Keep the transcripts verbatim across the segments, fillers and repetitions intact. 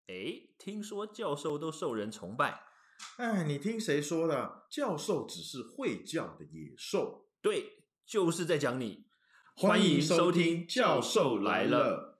诶，听说教授都受人崇拜。 哎，你听谁说的？教授只是会叫的野兽。 对，就是在讲你。 欢迎收听《教授来了》。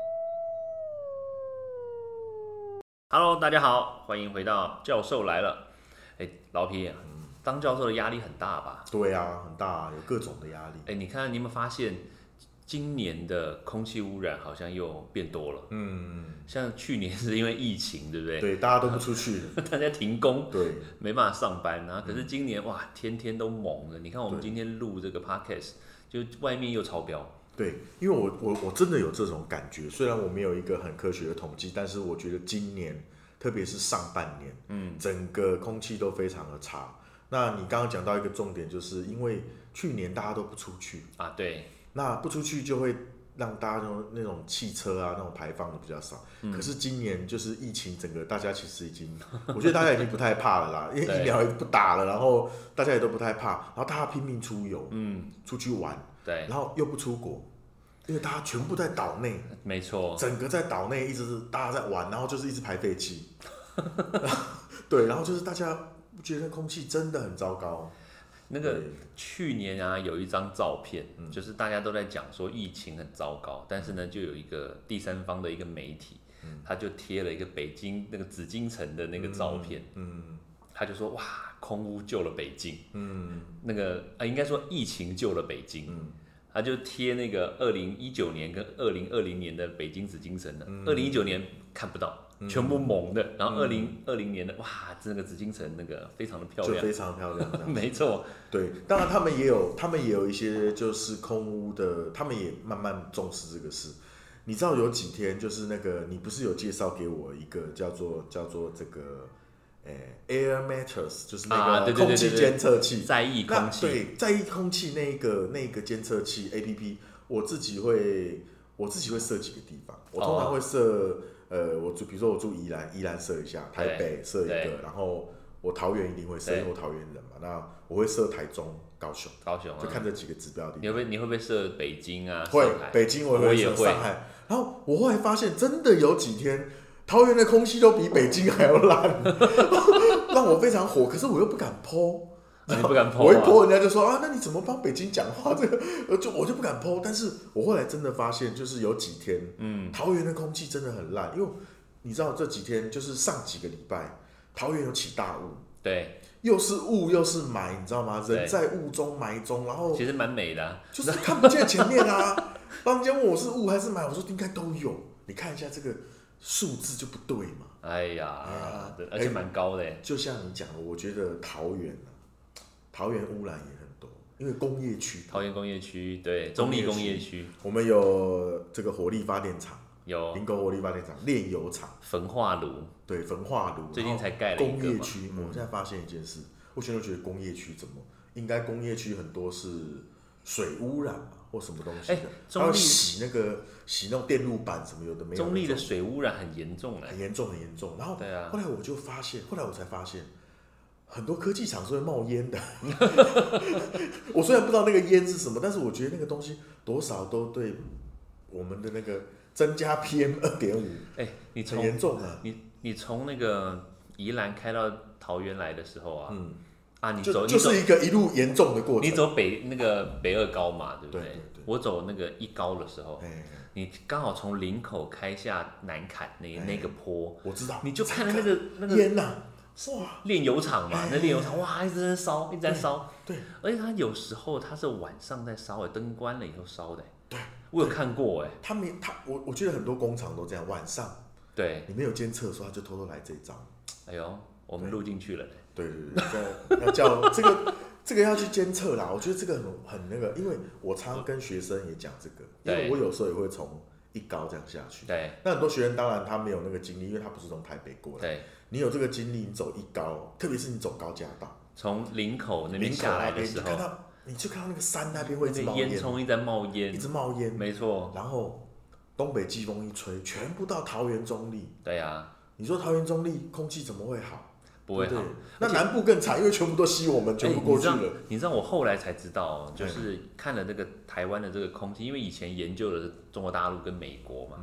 Hello， 大家好，欢迎回到《教授来了》。哎，老皮、啊，当教授的压力很大吧？ 对啊，很大，有各种的压力。 哎，你看，你有没有发现，今年的空气污染好像又变多了？ 嗯， 像去年是因为疫情，对不对？ 对，大家都不出去， 大家停工， 对， 没办法上班啊。可是今年哇，天天都猛了。你看我们对今天录这个 podcast， 就外面又超标。 对，因为我我我真的有这种感觉，虽然我没有一个很科学的统计，但是我觉得今年，特别是上半年，嗯，整个空气都非常的差。那你刚刚讲到一个重点，就是因为去年大家都不出去啊，对， 那不出去就会让大家那种汽车啊那种排放的比较少。嗯、可是今年就是疫情，整个大家其实已经，我觉得大家已经不太怕了啦，因为疫苗也不打了，然后大家也都不太怕，然后大家拼命出游，嗯，出去玩， 对， 然后又不出国。因为大家全部在岛内， 没错， 整个在岛内一直是大家在玩，然后就是一直排废气，对，然后就是大家觉得空气真的很糟糕。 那个去年啊，有一张照片，嗯、就是大家都在讲说疫情很糟糕，但是呢，就有一个第三方的一个媒体，嗯、他就贴了一个北京那个紫禁城的那个照片，嗯嗯、他就说哇，空污救了北京，嗯、那个啊，应该说疫情救了北京。嗯他就贴那个二零一九年跟二零二零年的北京紫禁城的，二零一九年看不到，嗯、全部蒙的，然后二零二零年的哇，这个紫禁城那个非常的漂亮， 就非常漂亮， 没错。 对，当然他们也有，他们也有一些就是空污的，他们也慢慢重视这个事。你知道有几天就是那个，你不是有介绍给我一个叫做叫做这个。Air Matters 就是那个空气监测器， 在意空气， 对，在意空气那个那个监测器 A P P， 我自己会我自己会设几个地方，我通常会设、哦、呃，我住比如说我住宜兰，宜兰设一下，台北设一个，然后我桃园一定会设，因为我桃园人嘛，那我会设台中、高雄， 高雄、啊、 就看这几个指标的地方。 你会不会你会不会设北京啊？ 会，北京我也会设，上海。然后我后来发现，真的有几天。桃园的空气都比北京还要烂，让我非常火。可是我又不敢 po， 你不敢 po， 我一 po 人家就说啊，那你怎么帮北京讲话？这个就我就不敢 po。但是我后来真的发现，就是有几天，嗯，桃园的空气真的很烂，因为你知道这几天就是上几个礼拜，桃园有起大雾， 对， 又是雾又是霾，你知道吗？人在雾中霾中，然后其实蛮美的、啊， 就是看不见前面啊。当人家问我是雾还是霾，我说应该都有。你看一下这个。数字就不对嘛！ 哎呀，哎呀而且蛮高的、欸。 就像你讲的，我觉得桃园啊，桃园污染也很多，因为工业区。 桃园工业区，对，中立工业区， 我们有这个火力发电厂， 有林口火力发电厂、炼油厂、 焚化炉， 对，焚化炉。 最近才盖了一个工业区。嗯、我现在发现一件事，我现在觉得工业区怎么应该工业区很多是水污染嘛。或什么东西的，他要洗那个洗那种电路板什么有的没有。 中立的水污染很严重， 很严重很严重。然后， 对啊， 后来我就发现，后来我才发现，很多科技厂是会冒烟的。我虽然不知道那个烟是什么，但是我觉得那个东西多少都对我们的那个增加 P M 二点五， 哎，你很严重啊。 你你从那个宜兰开到桃园来的时候啊，嗯。啊，你走就, 就是一个一路严重的过程。 你走北那个北二高嘛，对不对？ 对对对， 我走那个一高的时候，你刚好从林口开下南坎那那个坡， 我知道， 你就看到那个那个烟呐，哇， 炼油厂嘛，那炼油厂哇一直在烧，一直在烧， 对， 而且它有时候它是晚上在烧，灯关了以后烧的， 对， 我有看过哎， 他没他我我觉得很多工厂都这样，晚上， 对， 你没有监测的时候，他就偷偷来这一招， 哎呦，我们录进去了。 对对对，要叫这个这个要去监测啦。我觉得这个很很那个，因为我常常跟学生也讲这个，因为我有时候也会从一高这样下去。 对， 那很多学生当然他没有那个经历，因为他不是从台北过来。 对， 你有这个经历，你走一高，特别是你走高架道， 从林口那边下来的时候， 你看到你就看到那个山那边会一直冒烟， 烟囱一直在冒烟， 一直冒烟， 没错。 然后东北季风一吹，全部到桃园中立。 对啊， 你说桃园中立空气怎么会好？ 不会好， 对对，那南部更惨，因为全部都吸我们，全部过去了。 欸、你, 你知道我后来才知道，就是看了这个台湾的这个空气，因为以前研究的是中国大陆跟美国嘛，嗯、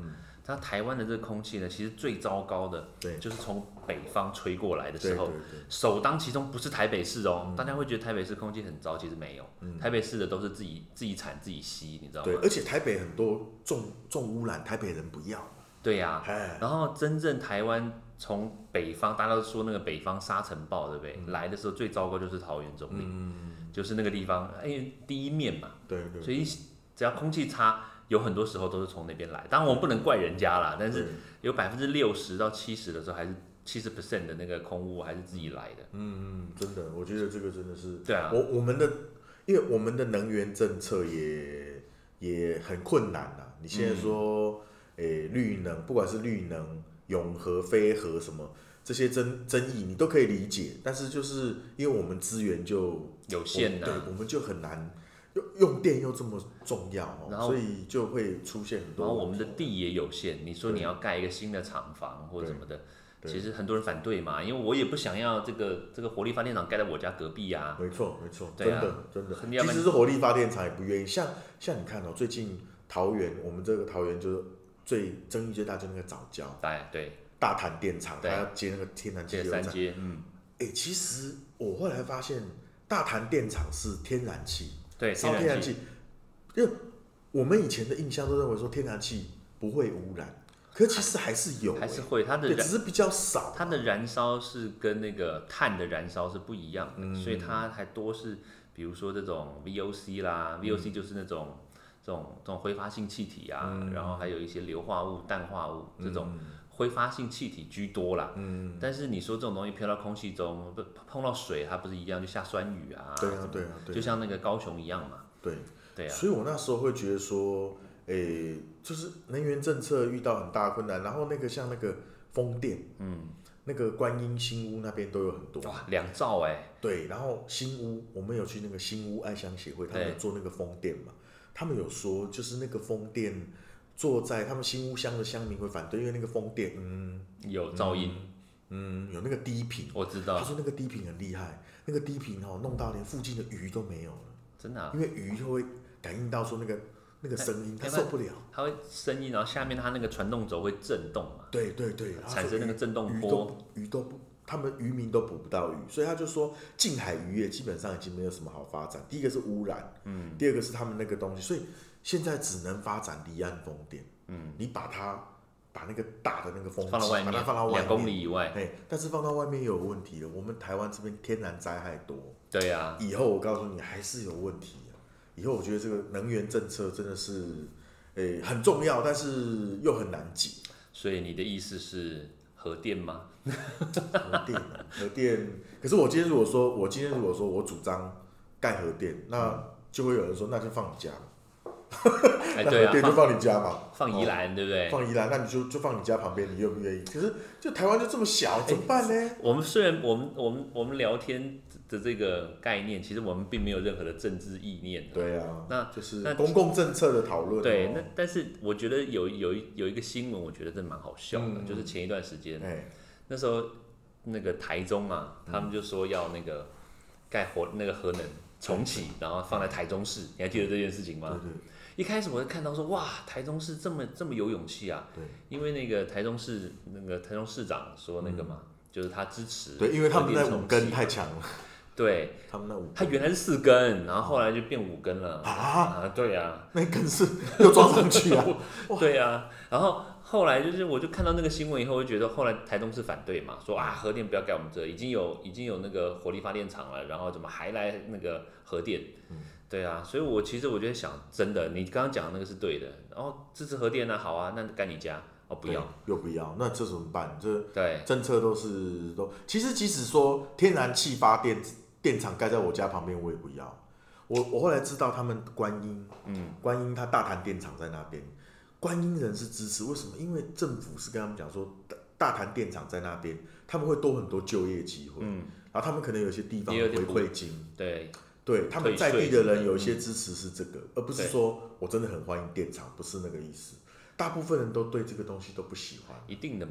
它台湾的这个空气呢，其实最糟糕的， 对， 就是从北方吹过来的时候， 对对对首当其冲不是台北市哦， 嗯大家会觉得台北市空气很糟，其实没有， 嗯台北市的都是自己自己产自己吸，你知道吗？ 对，而且台北很多重重污染，台北人不要。 对呀、 哎， 然后真正台湾从北方，大家都说那个北方沙尘暴，对不对？来的时候最糟糕就是桃园中立， 嗯， 就是那个地方，因为第一面嘛， 对对， 所以只要空气差，有很多时候都是从那边来。当然我们不能怪人家啦，但是对有百分之六十到七十的时候，还是七十 percent 的那个空污还是自己来的。 嗯嗯，真的，我觉得这个真的是， 对啊， 我我们的，因为我们的能源政策也也很困难呐。你现在说，诶、绿能，不管是绿能、永和、非核什么这些争争议，你都可以理解，但是就是因为我们资源就有限呐、 对，我们就很难。用用电又这么重要哦， 然后所以就会出现很多问题。 然后我们的地也有限，你说你要盖一个新的厂房或者什么的，其实很多人反对嘛，因为我也不想要这个这个火力发电厂盖在我家隔壁啊。 没错没错， 对啊真的真的。 要不然其实是火力发电厂也不愿意，像像你看哦，最近桃园我们这个桃园就是最争议最大，就是那个藻礁对对， 大潭电厂，它对要接那个天然气这流站。 三阶，嗯， 哎，其实我后来发现，大潭电厂是天然气， 对， 烧天然气。因为我们以前的印象都认为说天然气不会污染，可其实还是有、欸， 还是会，它的对，只是比较少。 它的燃烧是跟那个碳的燃烧是不一样的， 嗯、 所以它还多是，比如说这种 V O C 啦、嗯、，V O C 就是那种这种这种挥发性气体啊，嗯、然后还有一些硫化物、氮化物这种挥发性气体居多啦。嗯，但是你说这种东西飘到空气中，碰到水，它不是一样就下酸雨啊？ 对啊，对啊，对啊， 就像那个高雄一样嘛。 对。 对啊， 所以我那时候会觉得说，诶、欸，就是能源政策遇到很大的困难，然后那个像那个风电，嗯，那个观音新屋那边都有很多， 哇，两兆哎、欸， 对，然后新屋我们有去那个新屋爱乡协会，他们有做那个风电嘛，他们有说就是那个风电坐在他们新屋乡的乡民会反对，因为那个风电，嗯， 有噪音。 嗯，有那个低频， 我知道。 他说那个低频很厉害，那个低频哦，弄到连附近的鱼都没有了， 真的、啊， 因为鱼就会感应到说那个那个声音，它受不了， 它会声音，然后下面它那个传动轴会震动嘛， 对对对， 产生那个震动波，鱼都不，他们渔民都捕不到鱼，所以他就说近海渔业基本上已经没有什么好发展。第一个是污染，嗯，第二个是他们那个东西，所以现在只能发展离岸风电，嗯，你把它把那个大的那个风机放到外面， 把它放到外面两公里以外， 哎，但是放到外面又有问题了。我们台湾这边天然灾害多， 对呀、啊， 以后我告诉你还是有问题。以后我觉得这个能源政策真的是，诶、欸，很重要，但是又很难解。 所以你的意思是核电吗？ 核电，核电。可是我今天如果说，我今天如果说我主張蓋核電，那就會有人說，那就放你家。 哎，对啊， 核電就放你家嘛， 放宜蘭、哦，對不對？ 放宜蘭，那你就就放你家旁邊，你願不願意？可是就台灣就這麼小，怎麼辦呢？欸、 我們雖然我們我們我們聊天的這個概念，其實我們並沒有任何的政治意念。 對啊， 那就是公共政策的討論、哦。 對，那但是我覺得有有一有一個新聞，我覺得真的蠻好笑的， 嗯、 就是前一段時間， 欸、 那時候那個台中啊，他們就說要那個蓋核那個核能重啟，然後放在台中市，你還記得這件事情嗎？ 對對。 一開始我就看到說，哇，台中市這麼這麼有勇氣啊！ 對， 因為那個台中市那個台中市長說那個嘛，嗯、就是他支持。 對，因為他們那五根太強了。 對， 他們那五根。 他原來是四根，然後後來就變五根了。 啊啊，對啊。 那根是又裝上去啊。 對啊，然後後來就是我就看到那個新聞以後，我就覺得後來台中市反對嘛，說啊核電不要蓋我們這，已經有已經有那個火力發電廠了，然後怎麼還來那個核電？嗯。對啊，所以我其實我就在想，真的，你剛剛講的那個是對的，然後支持核電啊，好啊，那蓋你家哦，不要， 又不要，那這怎麼辦？這對政策都是都，其實即使說天然氣發電電廠蓋在我家旁邊，我也不要。我我後來知道他們觀音，嗯，觀音它大潭電廠在那邊，觀音人是支持，為什麼？因為政府是跟他們講說，大潭電廠在那邊，他們會多很多就業機會，嗯，然後他們可能有些地方回饋金， 對。 對，他們在地的人有一些支持是這個，而不是說我真的很歡迎電廠，不是那個意思。大部分人都對這個東西都不喜歡。 一定的嘛，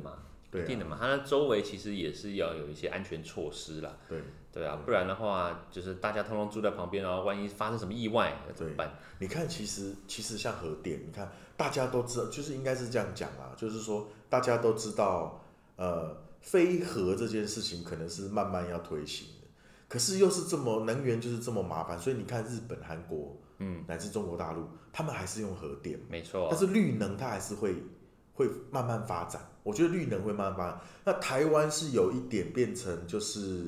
对啊、 一定的嘛，它的周围其实也是要有一些安全措施啦。 对， 对啊，不然的话，就是大家通通住在旁边，然后万一发生什么意外，那怎么办？ 你看，其实其实像核电，你看大家都知道，就是应该是这样讲啦，就是说大家都知道，呃，非核这件事情可能是慢慢要推行的，可是又是这么能源就是这么麻烦，所以你看日本、韩国，嗯，乃至中国大陆，他们还是用核电， 没错。 但是绿能它还是会会慢慢发展，我觉得绿能会慢慢发展。那台湾是有一点变成就是。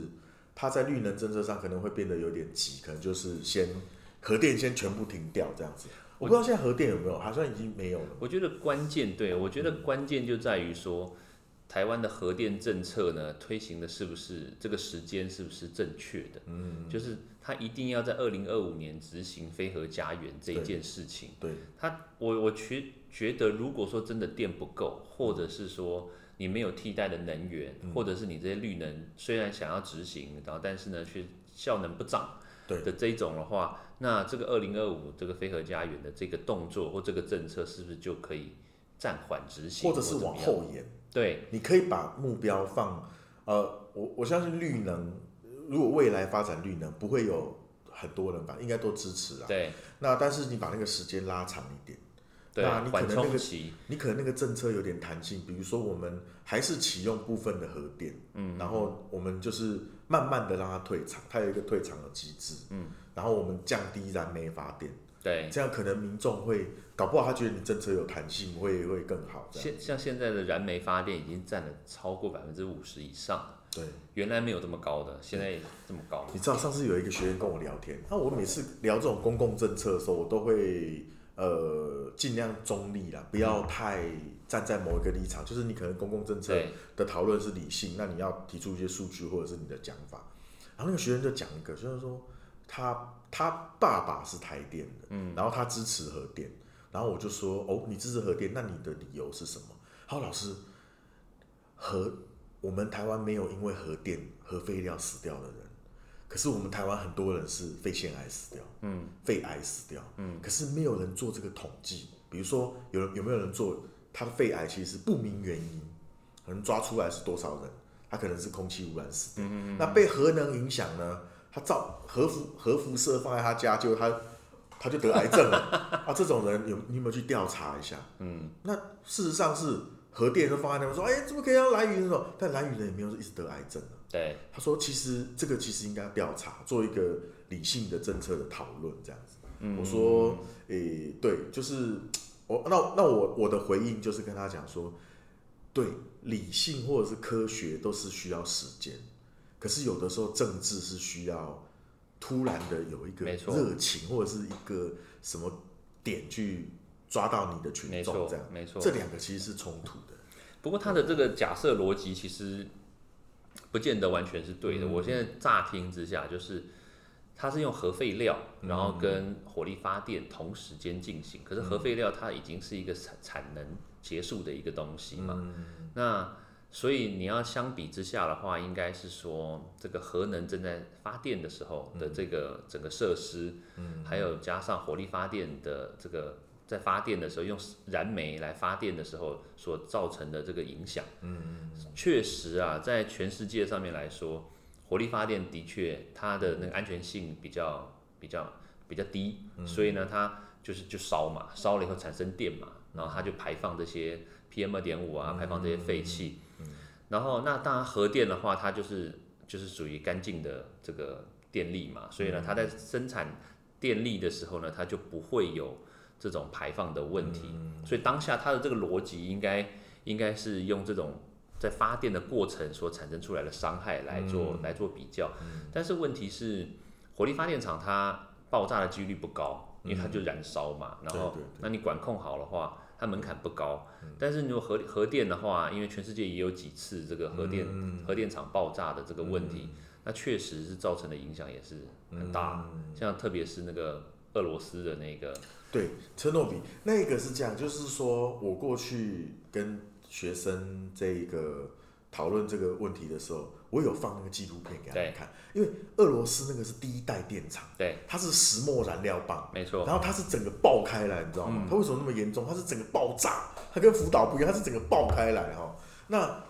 它在绿能政策上可能会变得有点急，可能就是先核电先全部停掉这样子。我不知道现在核电有没有，好像已经没有了。 我觉得关键对我觉得关键就在于说，台湾的核电政策呢推行的是不是这个时间是不是正确的？嗯，就是它一定要在二零二五年执行非核家园这一件事情。 对， 它我我觉觉得如果说真的电不够，或者是说。你没有替代的能源，嗯、或者是你这些绿能虽然想要执行，然后但是呢却效能不涨的这一种的话，那这个二零二五这个非核家园的这个动作或这个政策是不是就可以暂缓执行， 或者是往后延？ 对， 你可以把目标放，呃，我我相信绿能，如果未来发展绿能，不会有很多人吧，应该都支持啊。 对， 那但是你把那个时间拉长一点。那你可能那个，你可能那个政策有点弹性，比如说我们还是启用部分的核电，嗯，然后我们就是慢慢的让它退场，它有一个退场的机制，嗯，然后我们降低燃煤发电， 对， 这样可能民众会搞不好他觉得你政策有弹性，会会更好。 现像现在的燃煤发电已经占了超过百分之五十以上， 对， 原来没有这么高的，现在这么高。 你知道上次有一个学员跟我聊天，那我每次聊这种公共政策的时候，我都会。呃，尽量中立啦，不要太站在某一个立场。就是你可能公共政策的讨论是理性，那你要提出一些数据或者是你的讲法。然后那个学生就讲一个，就是说他他爸爸是台电的，嗯，然后他支持核电，然后我就说哦，你支持核电，那你的理由是什么？好，老师，核我们台湾没有因为核电核废料死掉的人。可是我们台湾很多人是肺腺癌死掉，嗯，肺癌死掉，嗯，可是没有人做这个统计。比如说有有没有人做他的肺癌其实是不明原因，可能抓出来是多少人，他可能是空气污染死掉。嗯嗯嗯那被核能影响呢？他照核辐核辐射放在他家，就他他就得癌症了。啊，这种人有你有没有去调查一下？嗯，那事实上是核电都放在那边说，哎，怎么可以让蓝屿那种？但蓝屿人也没有一直得癌症了。 对， 他说其实这个其实应该要调查，做一个理性的政策的讨论，这样子。嗯、我说，诶，对，就是我那那我我的回应就是跟他讲说，对，理性或者是科学都是需要时间，可是有的时候政治是需要突然的有一个热情或者是一个什么点去抓到你的群众，这样， 没错， 这两个其实是冲突的。 不过他的这个假设逻辑其实。不见得完全是对的。嗯、我现在乍听之下，就是它是用核废料，然后跟火力发电同时间进行。可是核废料它已经是一个产产能结束的一个东西嘛。嗯、那所以你要相比之下的话，应该是说这个核能正在发电的时候的这个整个设施，嗯、还有加上火力发电的这个。在发电的时候，用燃煤来发电的时候所造成的这个影响，嗯，确实啊，在全世界上面来说，火力发电的确它的那个安全性比较比较比较低，嗯、所以呢，它就是就烧嘛，烧了以后产生电嘛，然后它就排放这些 P M 二点五 啊，排放这些废气，嗯嗯、然后那当然核电的话，它就是就是属于干净的这个电力嘛，所以呢，它在生产电力的时候呢，它就不会有。这种排放的问题，嗯、所以当下它的这个逻辑应该应该是用这种在发电的过程所产生出来的伤害来做、嗯、来做比较，嗯、但是问题是火力发电厂它爆炸的几率不高，因为它就燃烧嘛，嗯、然后对对对那你管控好的话，它门槛不高，嗯、但是如果核核电的话，因为全世界也有几次这个核电、嗯、核电厂爆炸的这个问题，嗯、那确实是造成的影响也是很大，嗯、像特别是那个俄罗斯的那个。 对，车诺比那个是这样，就是说我过去跟学生这个讨论这个问题的时候，我有放那个纪录片给他们看，因为俄罗斯那个是第一代电厂， 对， 它是石墨燃料棒， 没错， 然后它是整个爆开来，你知道吗？嗯、它为什么那么严重？它是整个爆炸，它跟福岛不一样，它是整个爆开来哈。那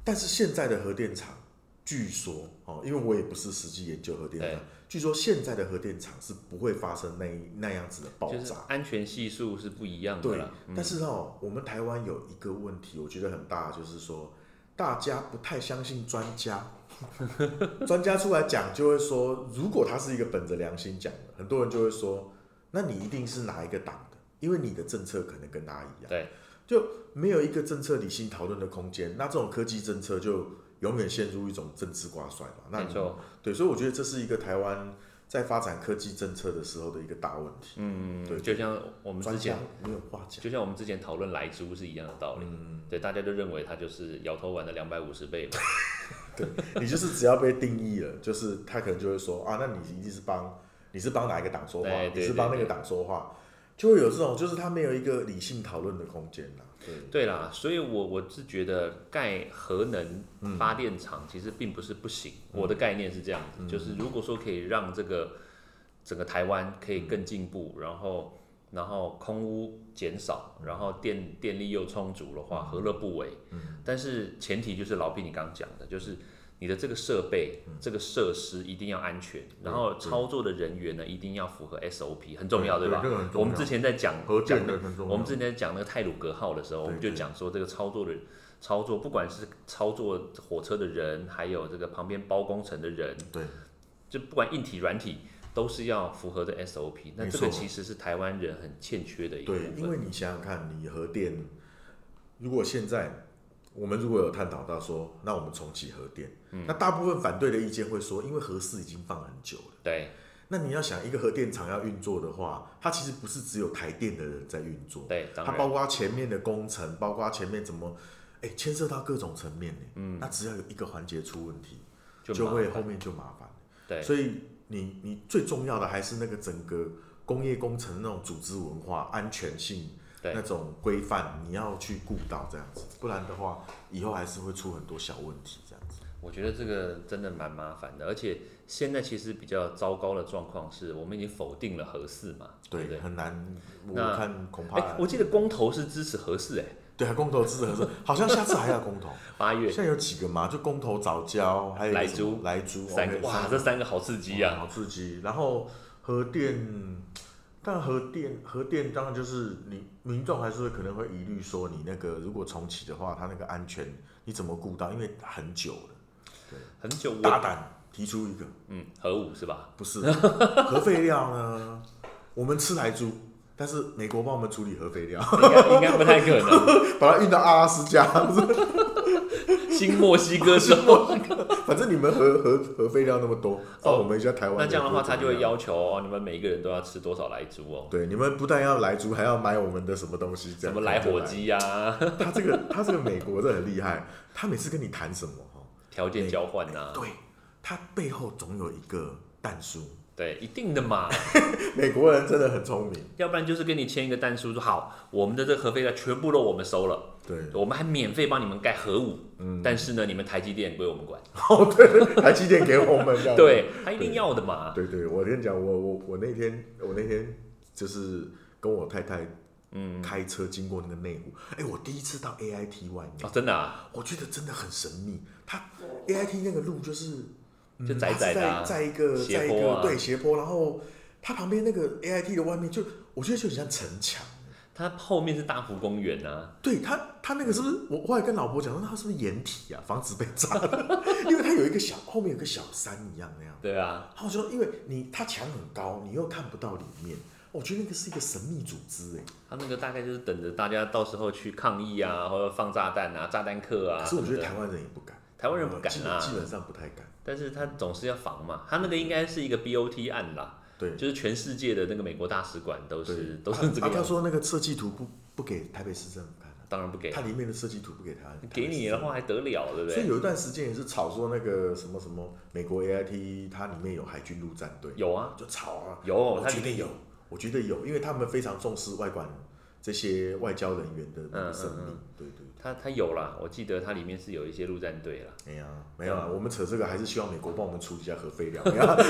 但是现在的核电厂，据说哦，因为我也不是实际研究核电厂，据说现在的核电厂是不会发生那那样子的爆炸， 就是安全系数是不一样的啦。 对，嗯、但是哦，我们台湾有一个问题，我觉得很大，就是说大家不太相信专家。专家出来讲就会说，如果他是一个本着良心讲的，很多人就会说，那你一定是哪一个党的，因为你的政策可能跟他一样， 对， 就没有一个政策理性讨论的空间。那这种科技政策就永远陷入一种政治挂帅嘛。那没错， 对，所以我觉得这是一个台湾在发展科技政策的时候的一个大问题。 嗯， 对， 就像我们之前没有话讲， 就像我们之前讨论莱猪是一样的道理。嗯，对，大家就认为它就是摇头丸的两百五十倍嘛。 对，你就是只要被定义了，就是他可能就会说啊，那你一定是帮你是帮哪一个党说话，你是帮那个党说话，就会有这种，就是他没有一个理性讨论的空间啦。对对啦，所以我我是觉得盖核能发电厂其实并不是不行，嗯、我的概念是这样子，嗯、就是如果说可以让这个整个台湾可以更进步，然后然后空污减少，然后电电力又充足的话，何乐不为？嗯、但是前提就是老毕你刚刚讲的，就是你的这个设备、嗯、这个设施一定要安全，然后操作的人员呢一定要符合 S O P， 很重要， 对, 对吧？对，我们之前在讲讲我们之前在讲那个太鲁阁号的时候，我们就讲说这个操作的操作，不管是操作火车的人，还有这个旁边包工程的人， 对， 就不管硬体软体。都是要符合的 S O P， 那这个其实是台湾人很欠缺的一个部分。 对，因为你想想看，你核电，如果现在我们如果有探讨到说，那我们重启核电，嗯、那大部分反对的意见会说，因为核四已经放很久了。 对。 那你要想，一个核电厂要运作的话，它其实不是只有台电的人在运作， 对， 它包括前面的工程，包括前面怎么，哎，牵涉到各种层面，嗯，那只要有一个环节出问题，就, 就会后面就麻烦。 对， 所以。你, 你最重要的还是那个整个工业工程那种组织文化、安全性那种规范，你要去顾到这样子，不然的话，以后还是会出很多小问题这样子。 我觉得这个真的蛮麻烦的，而且现在其实比较糟糕的状况是，我们已经否定了核四嘛，对不对？ 很难，我看恐怕。 哎，我记得公投是支持核四，哎。 对啊，公投支持核四，好像下次还要公投。 八月。 现在有几个嘛？就公投藻礁，还有莱猪， 莱猪， 三个，哇，这三个好刺激啊！ 好刺激。然后核电，但核电核电当然就是你民众还是会可能会疑虑说，你那个如果重启的话，它那个安全你怎么顾到？因为很久了，对， 很久。 大胆提出一个， 嗯，核武是吧？ 不是，核废料呢？我们吃莱猪。但是美国帮我们处理核废料， 应该应该不太可能， 把它运到阿拉斯加， 新墨西哥州， 反正你们核核核废料那么多，放我们一下台湾。 那这样的话，他就会要求哦，你们每一个人都要吃多少莱猪哦。 对，你们不但要莱猪，还要买我们的什么东西？ 什么莱火鸡呀？ 他这个他这个美国真的很厉害，他每次跟你谈什么条件交换呐？ 对，他背后总有一个但书。 对，一定的嘛。 美国人真的很聪明， 要不然就是跟你签一个单书，说好，我们的这个核废料全部都我们收了， 对， 我们还免费帮你们盖核武，嗯，但是呢，你们台积电归我们管。 哦，对，台积电给我们， 对，他一定要的嘛。 对 对, 对，我跟你讲，我我我那天我那天就是跟我太太嗯开车经过那个内湖，哎，我第一次到 A I T 外面， 哦，真的啊， 我觉得真的很神秘。它 A I T 那个路就是。 就窄窄的、啊嗯，在在一个斜坡、啊、 在一个对斜坡，然后它旁边那个 A I T 的外面就，我觉得就很像城墙。 它后面是大湖公园啊。 对，它它那个是不是？我后来跟老婆讲说，它是不是掩体啊？防止被炸的，因为它有一个小后面有个小山一样那样。 对啊。 然后我说，因为你它墙很高，你又看不到里面，我觉得那个是一个神秘组织哎。 它那个大概就是等着大家到时候去抗议啊，或者放炸弹啊、炸弹客啊。 可是我觉得台湾人也不敢。 台湾人不敢啊， 基本上不太敢。 但是他总是要防嘛，他那个应该是一个 B O T 案啦， 对， 就是全世界的那个美国大使馆都是都是这个样子。 他说那个设计图不不给台北市政府看， 当然不给， 它里面的设计图不给他， 给你的话还得了，对不对？ 所以有一段时间也是吵说那个什么什么美国 A I T 它里面有海军陆战队， 有啊， 就吵啊， 有， 我觉得有，我觉得有，因为他们非常重视外管这些外交人员的那个生命，嗯嗯嗯对对。 他他有啦，我记得它里面是有一些陆战队啦。 哎呀，没有啊，我们扯这个还是希望美国帮我们处理一下核废料。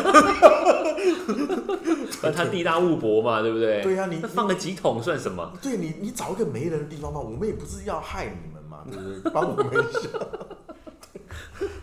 那他地大物博嘛，对不对？ 对呀、啊，你放个几桶算什么？ 对你，你找一个没人的地方嘛，我们也不是要害你们嘛，对不对？帮我们一下。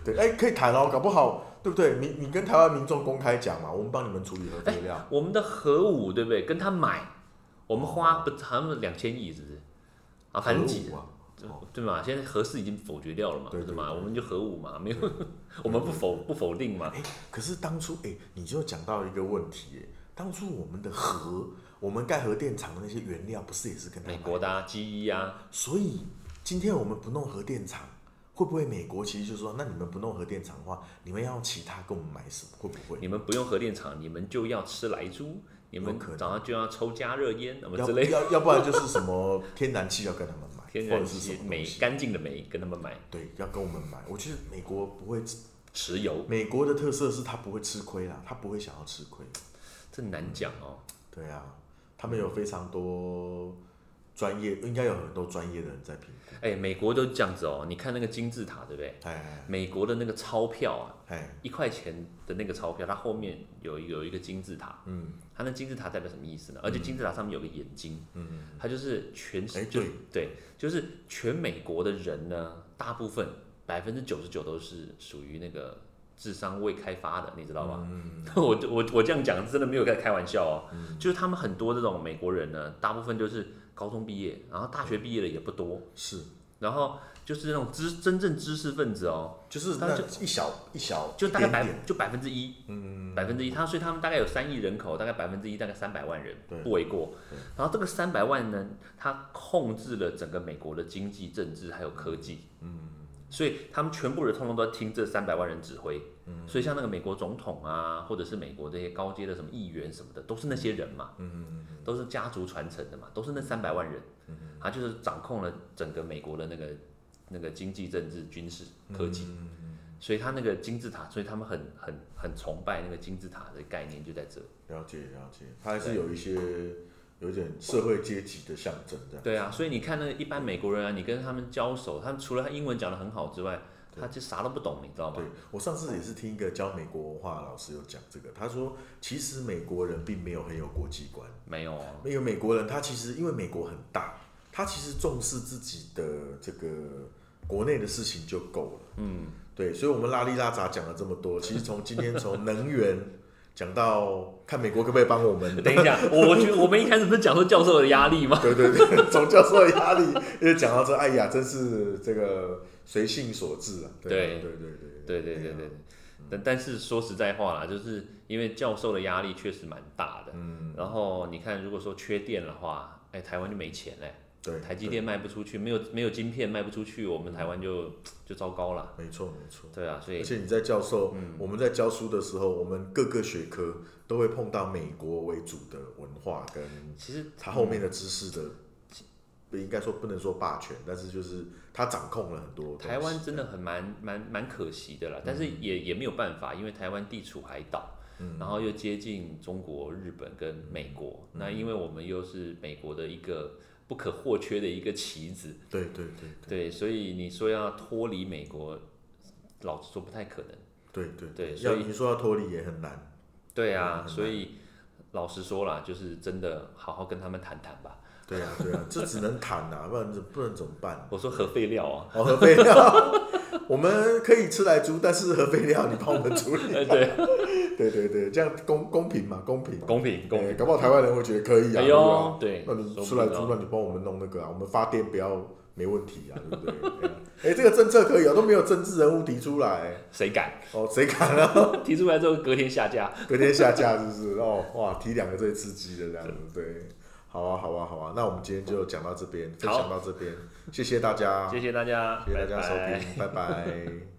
对，哎、欸，可以谈哦，搞不好，对不对？你你跟台湾民众公开讲嘛，我们帮你们处理核废料。 欸、我们的核武对不对？跟他买，我们花不好像两千亿，是不是？啊，反正几啊，对嘛？现在核四已经否决掉了嘛，对对嘛？我们就核武嘛，没有，我们不否不否定嘛。 哎、欸，可是当初哎、欸，你就讲到一个问题、欸，当初我们的核，我们盖核电厂的那些原料，不是也是跟他美国的啊 G E 啊？ 所以今天我们不弄核电厂。会不会美国其实就说，那你们不弄核电厂的话，你们要用其他跟我们买什么？会不会？ 你们不用核电厂，你们就要吃莱猪，你们早上就要抽加热烟，什么之类的。要要不然就是什么天然气要跟他们买， 天然气煤干净的煤跟他们买。 对，要跟我们买。我觉得美国不会持有。 美国的特色是他不会吃亏啦，他不会想要吃亏。 这难讲哦。 对啊，他们有非常多专业，应该有很多专业的人在评估。 哎、欸，美国都这样子哦，你看那个金字塔，对不对？ 哎， 美国的那个钞票啊， 哎， 一块钱的那个钞票，它后面有有一个金字塔，嗯，它那金字塔代表什么意思呢？而且金字塔上面有个眼睛，嗯，它就是全， 哎、欸， 就对，就是全美国的人呢，大部分百分之九十九都是属于那个智商未开发的，你知道吗？嗯，我我我这样讲真的没有在开玩笑哦，嗯、就是他们很多这种美国人呢，大部分就是高中毕业，然后大学毕业的也不多， 是， 然后就是那种知真正知识分子哦， 就是那一小一小， 就大概百就百分之一，嗯，百分之一，他所以他们大概有三亿人口，大概百分之一，大概三百万人，不为过。然后这个三百万人，他控制了整个美国的经济、政治还有科技，嗯，所以他们全部人通通都要听这三百万人指挥。所以像那个美国总统啊，或者是美国这些高阶的什么议员什么的，都是那些人嘛，嗯、都是家族传承的嘛，都是那三百万人，嗯、他就是掌控了整个美国的那个那个经济、政治、军事、科技，嗯、所以他那个金字塔，所以他们很很很崇拜那个金字塔的概念就在这。 了解了解，它还是有一些有一点社会阶级的象征这样。 对啊，所以你看那个一般美国人啊，你跟他们交手，他们除了他英文讲得很好之外，他就啥都不懂，你知道吗？ 对，我上次也是听一个教美国文化的老师有讲这个，他说其实美国人并没有很有国际观， 没有啊， 没有美国人他其实因为美国很大，他其实重视自己的这个国内的事情就够了，嗯，对，所以我们拉里拉杂讲了这么多，其实从今天从能源讲到看美国可不可以帮我们。 等一下，我觉得我们一开始不是讲说教授的压力吗？ 对对对，从教授的压力，因为讲到这，哎呀，真是这个随性所致啊。对对对对对对对对。但但是说实在话啦，就是因为教授的压力确实蛮大的。嗯。然后你看，如果说缺电的话，哎，台湾就没钱嘞。 对， 台积电卖不出去，没有没有晶片卖不出去，我们台湾就就糟糕了。 没错没错。 对啊，所以而且你在教授，嗯、我们在教书的时候，我们各个学科都会碰到美国为主的文化跟， 其实它后面的知识的，不应该说不能说霸权，但是就是它掌控了很多。 台湾真的很蛮蛮蛮可惜的啦，但是也、嗯、也没有办法，因为台湾地处海岛。嗯、然后又接近中国、日本跟美国，嗯、那因为我们又是美国的一个不可或缺的一个棋子， 对对对对, 对，所以你说要脱离美国，老实说不太可能。 对对对， 所以你说要脱离也很难。 对啊，所以老实说啦，就是真的好好跟他们谈谈吧。 对啊对啊，这只能谈啊，不然不然怎么办？ 我说核废料啊， 哦核废料，我们可以吃来猪，但是核废料你帮我们处理。 对。 对对对，这样公公平嘛，公平， 公平，公平。 搞不好台湾人会觉得可以啊， 哎呦，对， 那你出来猪，那你帮我们弄那个啊，我们发电不要没问题啊，对不对？哎，这个政策可以啊，都没有政治人物提出来， 谁敢？ 哦，谁敢啊？ 提出来之后隔天下架， 隔天下架是不是？哦，哇，提两个最刺激的这样子，对。好啊，好啊，好啊，那我们今天就讲到这边，分享到这边，谢谢大家， 谢谢大家， 谢谢大家收听，拜拜。